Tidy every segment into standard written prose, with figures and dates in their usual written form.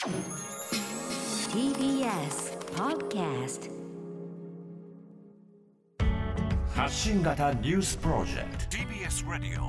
TBS Podcast 発信型ニュースプロジェクト TBS ラディオ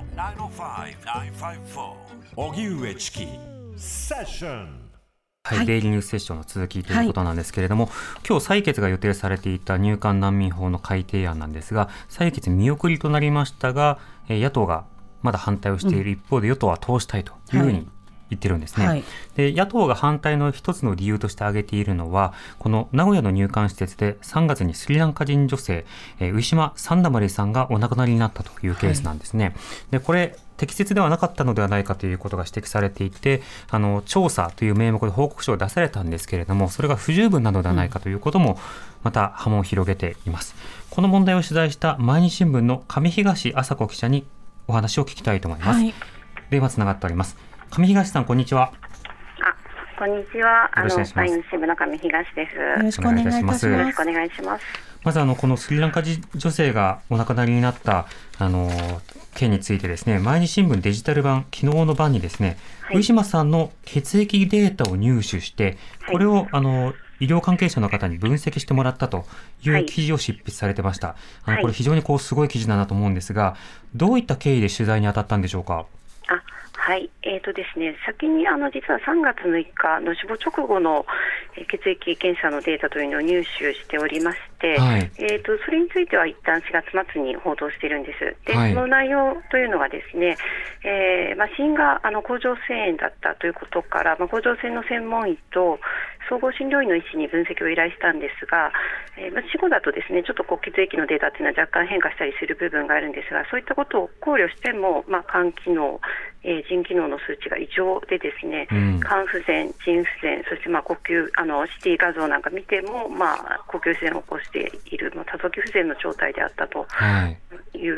905-954おぎゅうえちきセッション。 はい、デイリーニュースセッションの続きということなんですけれども、今日採決が予定されていた入管難民法の改定案なんですが、採決見送りとなりましたが、野党がまだ反対をしている一方で、与党は通したいというふうに言ってるんですね。で、野党が反対の一つの理由として挙げているのは、この名古屋の入管施設で3月にスリランカ人女性、ウィシュマ・サンダマリさんがお亡くなりになったというケースなんですね。で、これ適切ではなかったのではないかということが指摘されていて、調査という名目で報告書を出されたんですけれども、それが不十分なのではないかということもまた波紋を広げています。この問題を取材した毎日新聞の上東麻子記者にお話を聞きたいと思います。電話つながっております。上東さん、こんにちは。 こんにちは。毎日新聞の上東です。 よろしくお願いいたします。 よろしくお願いします。 まずこのスリランカ女性がお亡くなりになった件についてですね、毎日新聞デジタル版昨日の版にですね、ウィシュマさんの血液データを入手して、これを医療関係者の方に分析してもらったという記事を執筆されてました。これ非常にすごい記事だなと思うんですが、どういった経緯で取材に当たったんでしょうか。 ですね、先に実は3月6日の死亡直後の血液検査のデータというのを入手しておりまして、それについては一旦4月末に報道しているんです。で、その内容というのがですね、死因が甲状腺炎だったということから、甲状腺の専門医と総合診療医の医師に分析を依頼したんですが、死後だとですね、ちょっと血液のデータというのは若干変化したりする部分があるんですが、そういったことを考慮しても、肝機能、腎機能の数値が異常でですね、肝不全、腎不全、そして呼吸CT 画像なんか見ても、呼吸不全を起こしている多臓器不全の状態であったという、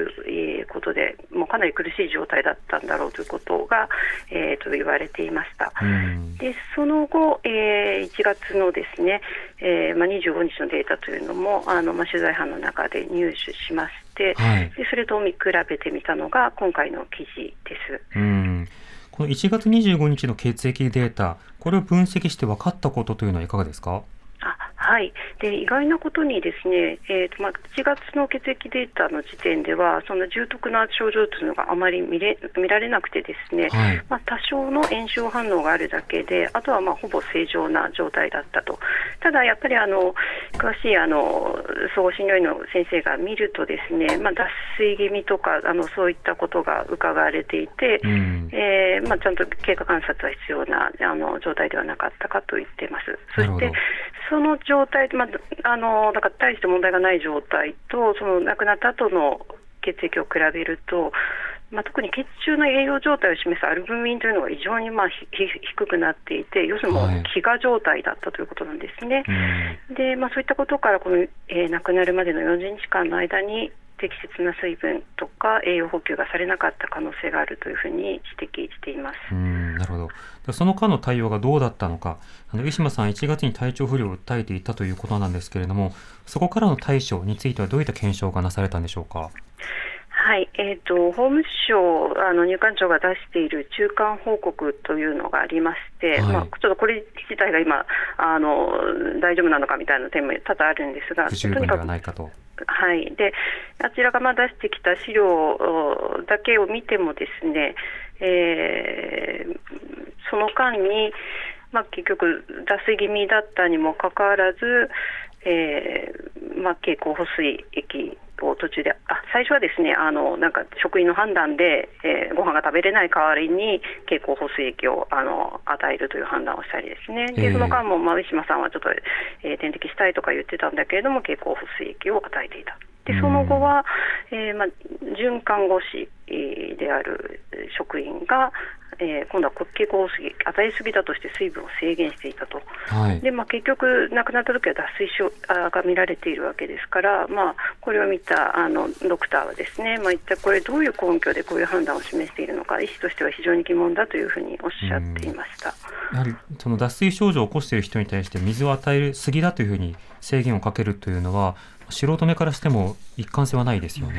ことで、もうかなり苦しい状態だったんだろうということが、言われていました。で、その後、1月のですね、25日のデータというのも取材班の中で入手しまして、でそれと見比べてみたのが今回の記事です。 この1月25日の血液データ、これを分析して分かったことというのはいかがですか。 で、意外なことにですね、1月の血液データの時点ではその重篤な症状というのがあまり見られなくてですね、多少の炎症反応があるだけで、あとはほぼ正常な状態だったと。ただやっぱり詳しい総合診療医の先生が見るとですね、脱水気味とかそういったことが伺われていて、ちゃんと経過観察は必要な状態ではなかったかと言っています。そしてその状態、だから大して問題がない状態とその亡くなった後の血液を比べると、特に血中の栄養状態を示すアルブミンというのが非常に低くなっていて、要するにもう飢餓状態だったということなんですね。で、そういったことからこの、亡くなるまでの40日間の間に適切な水分とか栄養補給がされなかった可能性があるというふうに指摘しています。 なるほど。その間の対応がどうだったのか、ウィシュマさん1月に体調不良を訴えていたということなんですけれども、そこからの対処についてはどういった検証がなされたんでしょうか。 法務省入管庁が出している中間報告というのがありまして、ちょっとこれ自体が今大丈夫なのかみたいな点も多々あるんですが、 不十分ではないかと。 で、あちらが出してきた資料だけを見てもですね、その間に、結局脱水気味だったにもかかわらず、経口補水液を途中で最初はですね、職員の判断で、ご飯が食べれない代わりに経口補水液を与えるという判断をしたりですね。で、その間もウィシュマさんはちょっと、点滴したいとか言ってたんだけれども、経口補水液を与えていた。で、その後は、准看護師である職員が、今度は経口補水液与えすぎだとして水分を制限していたと。で、結局亡くなった時は脱水症が見られているわけですから、これを見たドクターはですね、一体これどういう根拠でこういう判断を示しているのか、医師としては非常に疑問だというふうにおっしゃっていました。 やはりその脱水症状を起こしている人に対して水を与えすぎだというふうに制限をかけるというのは、素人目からしても一貫性はないですよね。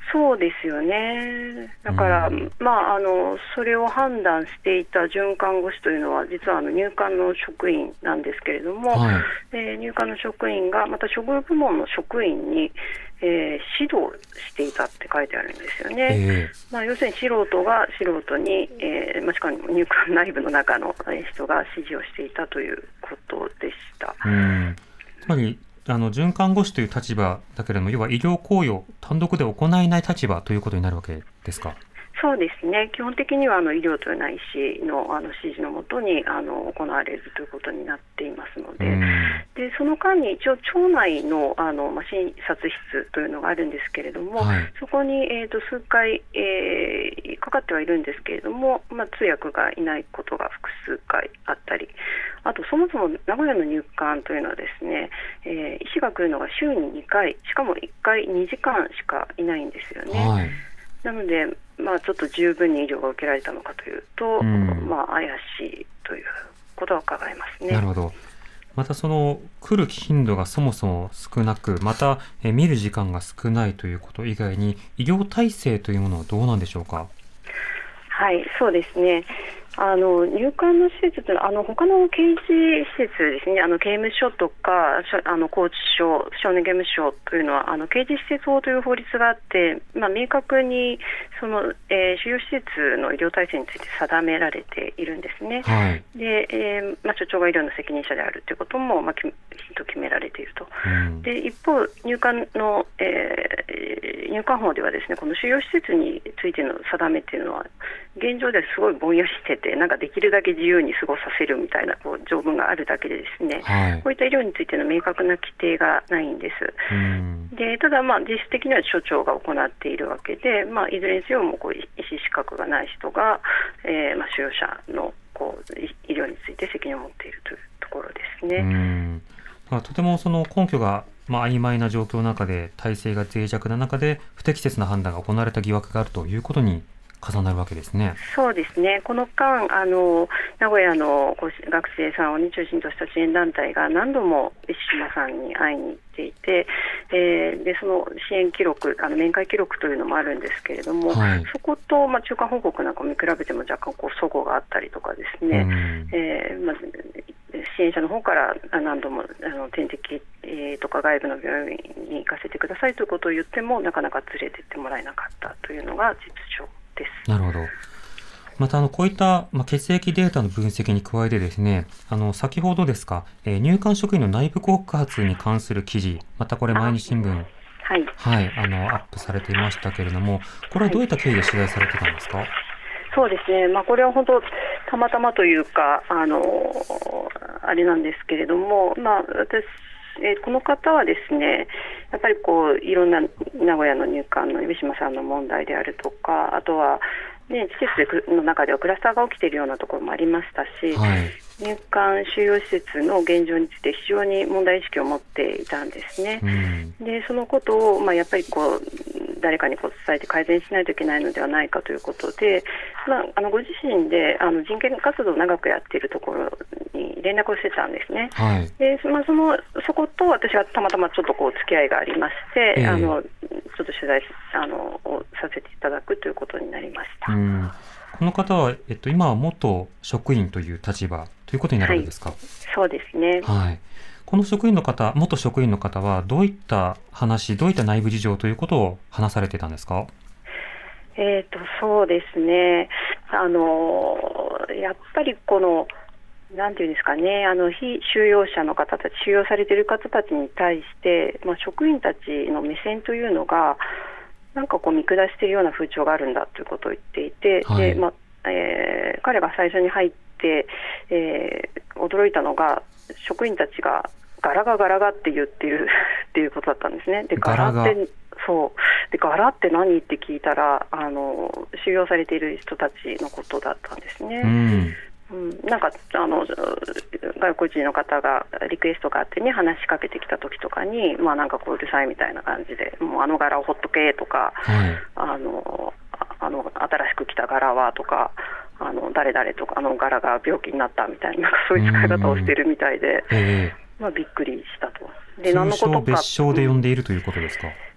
そうですよね。だから、それを判断していた準看護師というのは実は入管の職員なんですけれども、入管の職員がまた処遇部門の職員に、指導していたって書いてあるんですよね。要するに素人が素人に、しかも入管内部の中の人が指示をしていたということでした。 つまり准看護師という立場だけれども、要は医療行為を単独で行えない立場ということになるわけですか。 そうですね。基本的には医療というのは医師の指示のもとに行われるということになっていますので、でその間に一応庁内の診察室というのがあるんですけれども、そこに、数回、かかってはいるんですけれども、通訳がいないことが複数回あったり、あとそもそも名古屋の入管というのはですね、医師が来るのが週に2回、しかも1回2時間しかいないんですよね。なので、ちょっと十分に医療が受けられたのかというと、怪しいということは伺えますね。 なるほど。またその来る頻度がそもそも少なく、また見る時間が少ないということ以外に医療体制というものはどうなんでしょうか。 はい、そうですね。入管の施設というのは他の刑事施設ですね、刑務所とか拘置所、少年刑務所というのは刑事施設法という法律があって、明確にその、収容施設の医療体制について定められているんですね。で、所長が医療の責任者であるということも、きちんと決められていると。で一方入管の、入管法ではですね、この収容施設についての定めというのは現状ではすごいぼんやりしてて、なんかできるだけ自由に過ごさせるみたいな条文があるだけでですね、こういった医療についての明確な規定がないんです。でただ実質的には所長が行っているわけで、いずれにせよも医師資格がない人が、収容者の医療について責任を持っているというところですね。 とてもその根拠が曖昧な状況の中で、体制が脆弱な中で不適切な判断が行われた疑惑があるということに重なるわけですね。 そうですね。この間名古屋の学生さんを中心とした支援団体が何度もウィシュマさんに会いに行っていて、でその支援記録、面会記録というのもあるんですけれども、そこと、中間報告なんかを見比べても若干齟齬があったりとかですね、支援者の方から何度も点滴とか外部の病院に行かせてくださいということを言ってもなかなか連れてってもらえなかったというのが実情です。 なるほど。またこういった、血液データの分析に加えてですね、先ほどですか、入管職員の内部告発に関する記事、またこれ毎日新聞アップされていましたけれども、これはどういった経緯で取材されてたんですか。 そうですね、これは本当たまたまというかあれなんですけれども、私この方はですね、やっぱりいろんな名古屋の入管のウィシュマさんの問題であるとか、あとは、施設の中ではクラスターが起きているようなところもありましたし、入管収容施設の現状について非常に問題意識を持っていたんですね。でそのことを、やっぱり誰かに伝えて改善しないといけないのではないかということで、ご自身で人権活動を長くやっているところに連絡をしてたんですね。でそこと私はたまたまちょっと付き合いがありまして、ちょっと取材をさせていただくということになりました。 この方は、今は元職員という立場ということになるわけですか。 そうですね。 この元職員の方はどういった話、どういった内部事情ということを話されていたんですか。 そうですね。やっぱりなんていうんですかね、非収容者の方たち、収容されている方たちに対して、職員たちの目線というのがなんか見下しているような風潮があるんだということを言っていて、で彼が最初に入って、驚いたのが職員たちがガラガって言っているっていうことだったんですね。でガラって何って聞いたら収容されている人たちのことだったんですね。なんか外国人の方がリクエストがあってね、話しかけてきた時とかに、なんかうるさいみたいな感じで、もう柄をほっとけとか、新しく来た柄はとか、誰々とか柄が病気になったみたいな、そういう使い方をしているみたいで、びっくりしたと。で通称別称で呼んでいるということですか。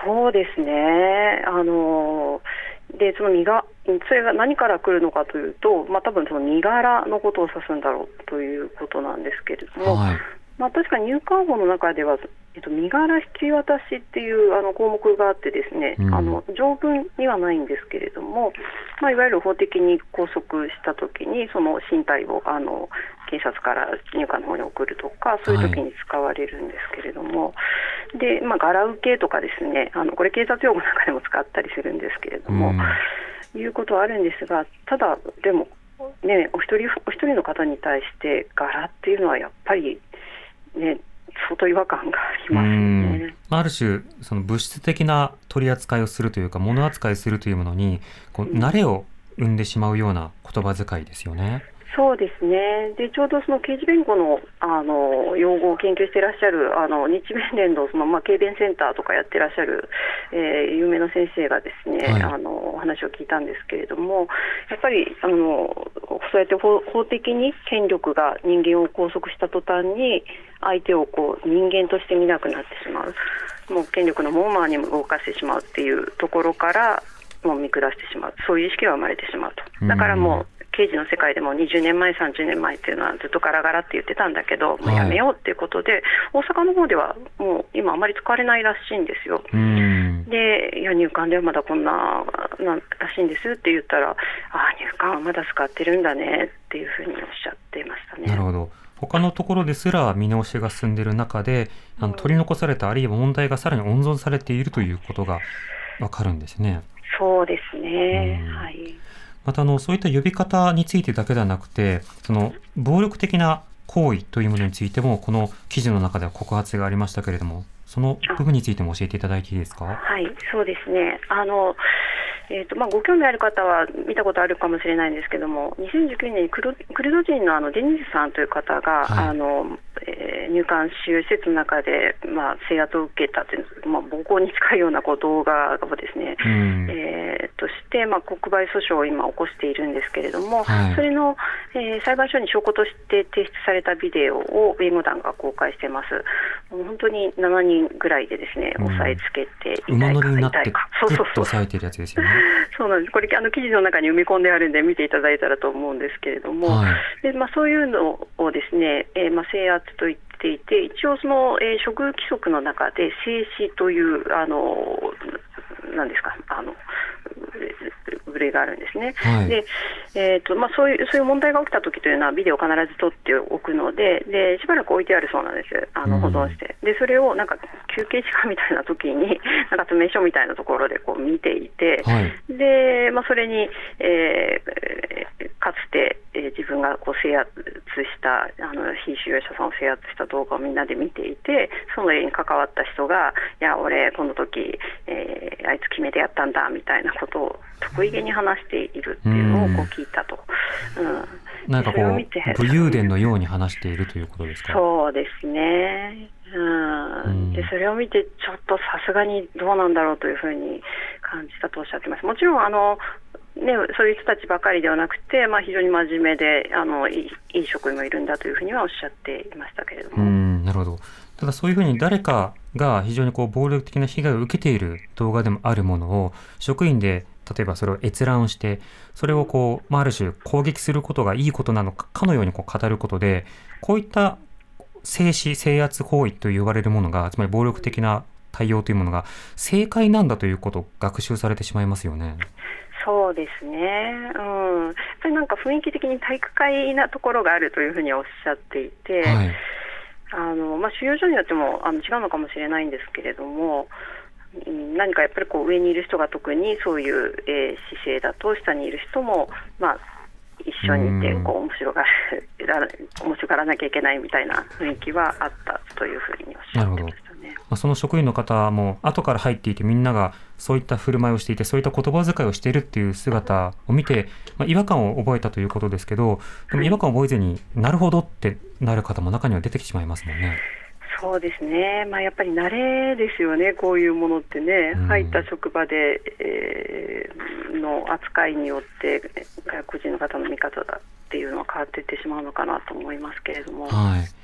そうですね。でそれが何から来るのかというと、多分その身柄のことを指すんだろうということなんですけれども、 はい、 確かに入管法の中では、身柄引き渡しっていう項目があってですね、条文にはないんですけれども、いわゆる法的に拘束したときにその身体を警察から入管の方に送るとか、そういう時に使われるんですけれども、で柄受けとかですね、これ警察用語なんかでも使ったりするんですけれども、いうことはあるんですが、ただでもね、お一人の方に対して柄っていうのはやっぱりね、相当違和感がありますよね。 ある種その物質的な取り扱いをするというか、物扱いするというものに慣れを生んでしまうような言葉遣いですよね。 そうですね。でちょうどその刑事弁護の用語を研究していらっしゃる日弁連の警弁センターとかやってらっしゃる、有名な先生がですね、お話を聞いたんですけれども、やっぱりそうやって法的に権力が人間を拘束した途端に相手を人間として見なくなってしまう、もう権力のモーマーにも動かしてしまうっていうところからもう見下してしまう、そういう意識が生まれてしまうと。だからもう刑事の世界でも20年前30年前っていうのはずっとガラガラって言ってたんだけど、もうやめようっていうことで、大阪の方ではもう今あまり使われないらしいんですよ。で入管ではまだこんならしいんですって言ったら、入管はまだ使ってるんだねっていうふうにおっしゃっていましたね。 なるほど。他のところですら見直しが進んでいる中で取り残された、あるいは問題がさらに温存されているということがわかるんですね。 そうですね、はい。 またそういった呼び方についてだけではなくて、その暴力的な行為というものについてもこの記事の中では告発がありましたけれども、その部分についても教えていただいていいですか。 はい、そうですね。ご興味ある方は見たことあるかもしれないんですけども、2019年にクルド人のデニズさんという方が、入管収容施設の中で、制圧を受けたという、暴行に近いような動画をですね、として、国賠訴訟を今起こしているんですけれども、それの、裁判所に証拠として提出されたビデオを弁護団が公開しています。もう本当に7人ぐらいでですね、押さえつけて馬乗りになってグッと押さえているやつですよね。 そうなんです。これ記事の中に埋め込んであるんで見ていただいたらと思うんですけれども、でそういうのをですね、制圧と言っていて、一応その、処遇規則の中で制止という何ですか、部類があるんですね。でそういう問題が起きたときというのはビデオを必ず撮っておくので、しばらく置いてあるそうなんです。保存して、でそれを休憩時間みたいなときに詰め所みたいなところで見ていて、でそれに、かつて、自分が制圧した非収容者さんを制圧した動画をみんなで見ていて、その絵に関わった人が、いや俺この時、あいつ決めてやったんだみたいなことを得意げに話しているっていうのを聞いたと。 なんか武勇伝のように話しているということですか。 そうですね。でそれを見てちょっとさすがにどうなんだろうというふうに感じたとおっしゃってます。もちろんそういう人たちばかりではなくて、非常に真面目でいい職員もいるんだというふうにはおっしゃっていましたけれども。 なるほど。ただそういうふうに誰かが非常に暴力的な被害を受けている動画でもあるものを職員で例えばそれを閲覧をして、それをある種攻撃することがいいことなのかのように語ることで、こういった制止制圧行為と言われるものが、つまり暴力的な対応というものが正解なんだということを学習されてしまいますよね。 そうですね。やっぱり雰囲気的に体育会なところがあるというふうにおっしゃっていて、収容所によっても違うのかもしれないんですけれども、何かやっぱり上にいる人が特にそういう、姿勢だと、下にいる人も一緒にいて面白がらなきゃいけないみたいな雰囲気はあったというふうにおっしゃってましたね。 その職員の方も後から入っていて、みんながそういった振る舞いをしていて、そういった言葉遣いをしているっていう姿を見て、違和感を覚えたということですけど、でも違和感を覚えずになるほどってなる方も中には出てきてしまいますもんね。 そうですね。やっぱり慣れですよね。こういうものってね、入った職場で、の扱いによって外国人の方の見方だっていうのは変わっていってしまうのかなと思いますけれども、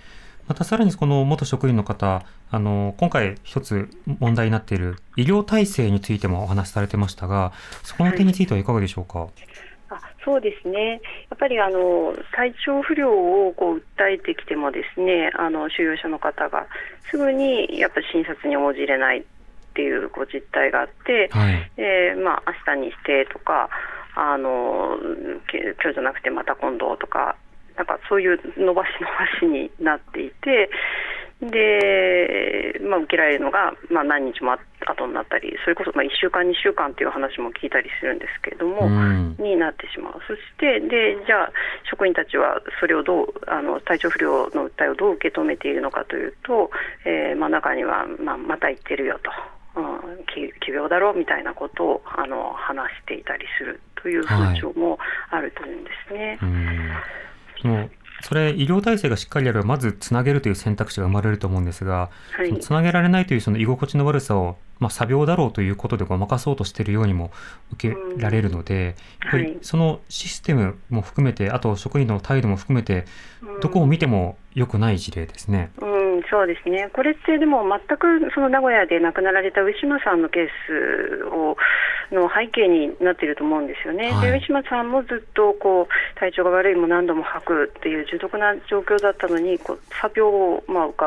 またさらにこの元職員の方、今回一つ問題になっている医療体制についてもお話しされてましたが、そこの点についてはいかがでしょうか。 そうですね、やっぱり体調不良を訴えてきてもですね、収容者の方がすぐにやっぱり診察に応じれないっていう実態があって、はい、明日にしてとか今日じゃなくてまた今度とか、なんかそういう伸ばしになっていて、で、受けられるのが、何日も後になったり、それこそ1週間2週間という話も聞いたりするんですけれども、になってしまう。そしてじゃあ職員たちはそれをどう体調不良の訴えをどう受け止めているのかというと、中には、また言ってるよと、奇病だろうみたいなことを話していたりするという風潮もあるというんですね。 それ医療体制がしっかりあればまずつなげるという選択肢が生まれると思うんですが、はい、つなげられないというその居心地の悪さを、詐病だろうということでごまかそうとしているようにも受けられるので、やっぱりそのシステムも含めて、あと職員の態度も含めて、どこを見ても良くない事例ですね。 そうですね。これってでも全くその名古屋で亡くなられた上島さんのケースの背景になっていると思うんですよね。で、上島さんもずっと体調が悪いも何度も吐くっていう重篤な状況だったのに、詐病を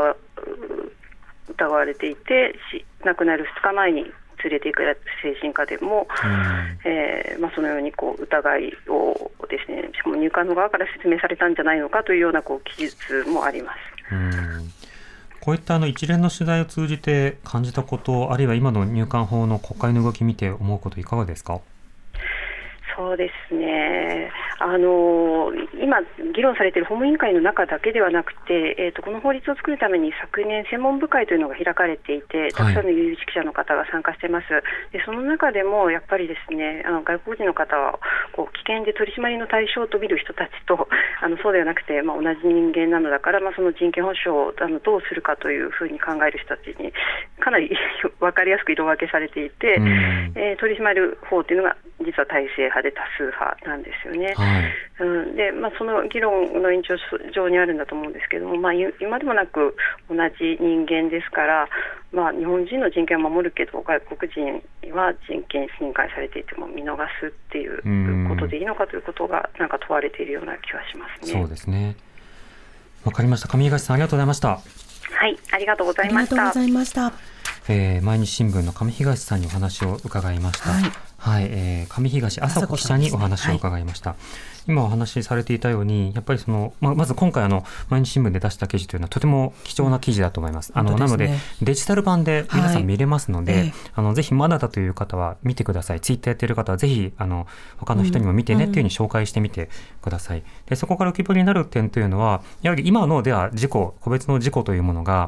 疑われていて、亡くなる2日前に連れて行く精神科でも、そのように疑いをですね、しかも入管の側から説明されたんじゃないのかというような記述もあります。 こういった一連の取材を通じて感じたこと、あるいは今の入管法の国会の動き見て思うこと、いかがですか。 そうですね、今議論されている法務委員会の中だけではなくて、この法律を作るために昨年専門部会というのが開かれていて、たくさんの有識者の方が参加しています。でその中でもやっぱりですね、外国人の方は危険で取り締まりの対象と見る人たちとそうではなくて、同じ人間なのだから、その人権保障をどうするかというふうに考える人たちにかなり分かりやすく色分けされていて、取り締まる方というのが実は体制派で多数派なんですよね。でその議論の延長上にあるんだと思うんですけども、今でもなく同じ人間ですから、日本人の人権を守るけど外国人は人権侵害されていても見逃すっていうことでいいのかということがなんか問われているような気はしますね。 そうですね。わかりました。上東さん、ありがとうございました。 はい、ありがとうございました。 毎日新聞の上東さんにお話を伺いました。上東麻子記者にお話を伺いました。今お話しされていたように、やっぱりまず今回毎日新聞で出した記事というのはとても貴重な記事だと思います。なのでデジタル版で皆さん見れますので、ぜひまだだという方は見てください。ツイッターやっている方はぜひ他の人にも見てねっていうふうに紹介してみてください。でそこから浮き彫りになる点というのは、やはり今のでは個別の事故というものが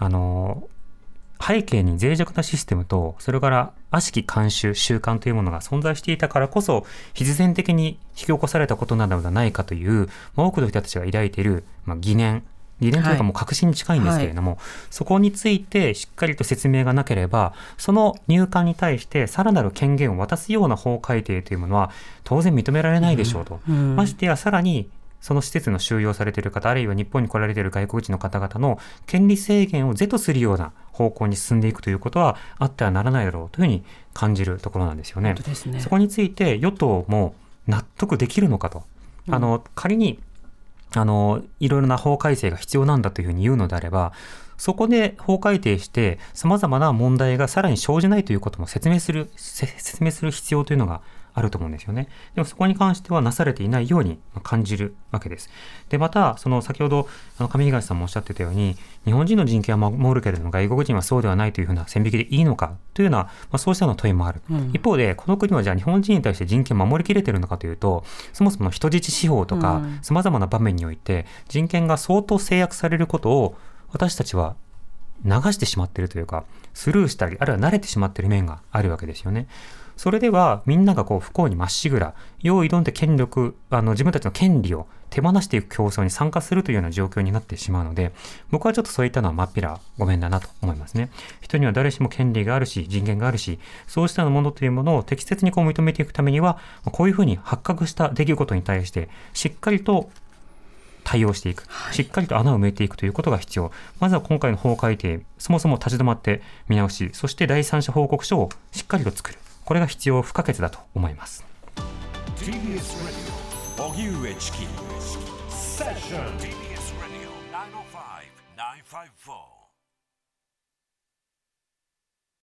背景に脆弱なシステムと、それから悪しき慣習習慣というものが存在していたからこそ必然的に引き起こされたことなのではないかという、多くの人たちが抱いている、疑念というかもう確信に近いんですけれども、そこについてしっかりと説明がなければ、その入管に対してさらなる権限を渡すような法改定というものは当然認められないでしょうと。ましてやさらにその施設の収容されている方、あるいは日本に来られている外国人の方々の権利制限を是とするような方向に進んでいくということはあってはならないだろうというふうに感じるところなんですよね。本当ですね。そこについて与党も納得できるのかと。仮にいろいろな法改正が必要なんだというふうに言うのであれば、そこで法改定して様々な問題がさらに生じないということも説明する必要というのがあると思うんですよね。でもそこに関してはなされていないように感じるわけです。でまた先ほど上東さんもおっしゃってたように、日本人の人権は守るけれども外国人はそうではないというふうな線引きでいいのかというような、そうしたような問いもある。一方でこの国はじゃあ日本人に対して人権を守りきれているのかというと、そもそも人質司法とか様々な場面において人権が相当制約されることを私たちは流してしまっているというか、スルーしたり、あるいは慣れてしまっている面があるわけですよね。それではみんなが不幸にまっしぐら、世を挑んで自分たちの権利を手放していく競争に参加するというような状況になってしまうので、僕はちょっとそういったのはまっぴらごめんだなと思いますね。人には誰しも権利があるし人権があるし、そうしたものというものを適切に認めていくためには、こういうふうに発覚した出来事に対してしっかりと対応していく、しっかりと穴を埋めていくということが必要。まずは今回の法改定、そもそも立ち止まって見直し、そして第三者報告書をしっかりと作る、これが必要不可欠だと思います。 TBS ラジオ荻上チキセッション TBS ラジオ905-954